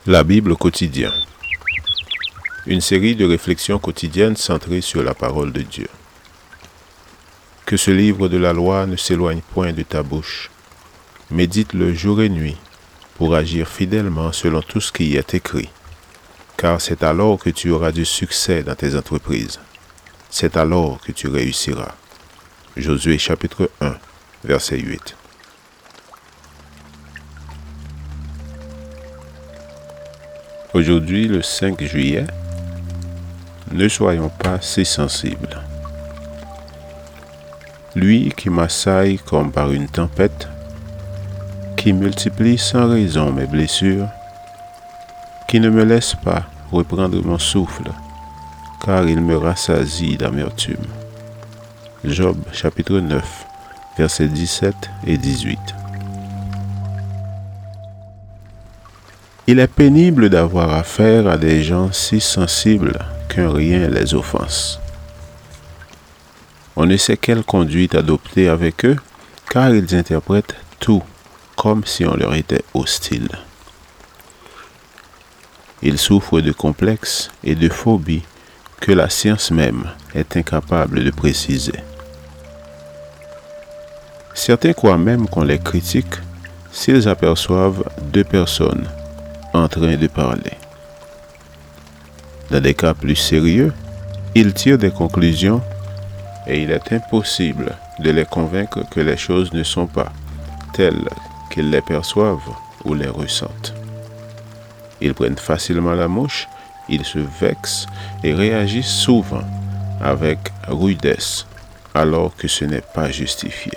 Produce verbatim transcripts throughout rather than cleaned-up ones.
La Bible quotidien. Une série de réflexions quotidiennes centrées sur la parole de Dieu. Que ce livre de la loi ne s'éloigne point de ta bouche. Médite-le jour et nuit pour agir fidèlement selon tout ce qui y est écrit. Car c'est alors que tu auras du succès dans tes entreprises. C'est alors que tu réussiras. Josué chapitre un, verset huit. Aujourd'hui, le cinq juillet, ne soyons pas si sensibles. Lui qui m'assaille comme par une tempête, qui multiplie sans raison mes blessures, qui ne me laisse pas reprendre mon souffle, car il me rassasie d'amertume. Job chapitre neuf, versets dix-sept et dix-huit. Il est pénible d'avoir affaire à des gens si sensibles qu'un rien les offense. On ne sait quelle conduite adopter avec eux, car ils interprètent tout comme si on leur était hostile. Ils souffrent de complexes et de phobies que la science même est incapable de préciser. Certains croient même qu'on les critique s'ils aperçoivent deux personnes en train de parler. Dans des cas plus sérieux, ils tirent des conclusions et il est impossible de les convaincre que les choses ne sont pas telles qu'ils les perçoivent ou les ressentent. Ils prennent facilement la mouche, ils se vexent et réagissent souvent avec rudesse alors que ce n'est pas justifié.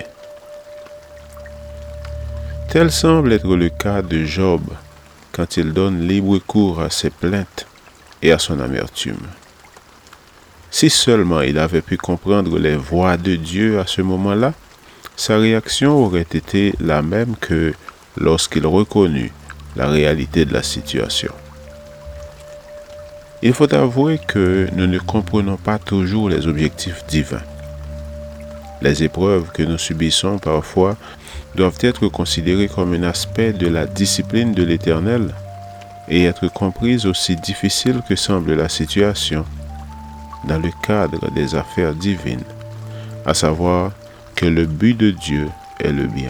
Tel semble être le cas de Job quand il donne libre cours à ses plaintes et à son amertume. Si seulement il avait pu comprendre les voies de Dieu à ce moment-là, sa réaction aurait été la même que lorsqu'il reconnut la réalité de la situation. Il faut avouer que nous ne comprenons pas toujours les objectifs divins. Les épreuves que nous subissons parfois doivent être considérées comme un aspect de la discipline de l'Éternel et être comprises aussi difficile que semble la situation dans le cadre des affaires divines, à savoir que le but de Dieu est le bien.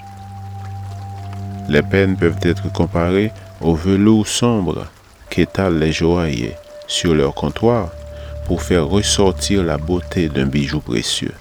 Les peines peuvent être comparées au velours sombre qu'étalent les joailliers sur leur comptoir pour faire ressortir la beauté d'un bijou précieux.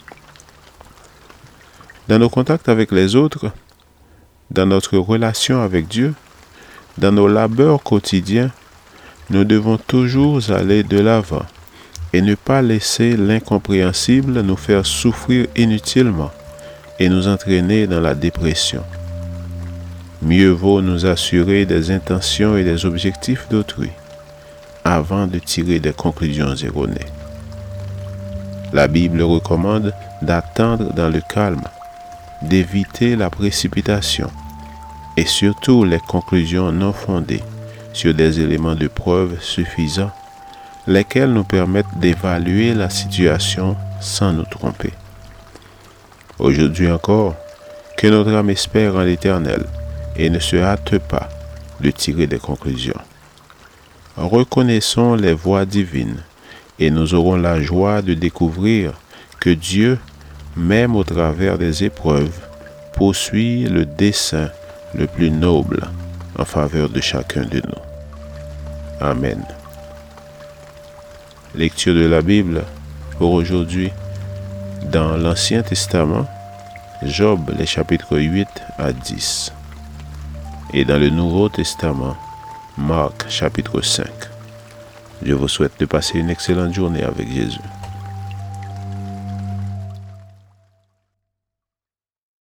Dans nos contacts avec les autres, dans notre relation avec Dieu, dans nos labeurs quotidiens, nous devons toujours aller de l'avant et ne pas laisser l'incompréhensible nous faire souffrir inutilement et nous entraîner dans la dépression. Mieux vaut nous assurer des intentions et des objectifs d'autrui avant de tirer des conclusions erronées. La Bible recommande d'attendre dans le calme, d'éviter la précipitation et surtout les conclusions non fondées sur des éléments de preuve suffisants, lesquels nous permettent d'évaluer la situation sans nous tromper. Aujourd'hui encore, que notre âme espère en l'Éternel et ne se hâte pas de tirer des conclusions. Reconnaissons les voies divines et nous aurons la joie de découvrir que Dieu, même au travers des épreuves, poursuit le dessein le plus noble en faveur de chacun de nous. Amen. Lecture de la Bible pour aujourd'hui dans l'Ancien Testament, Job les chapitres huit à dix, et dans le Nouveau Testament, Marc chapitre cinq. Je vous souhaite de passer une excellente journée avec Jésus.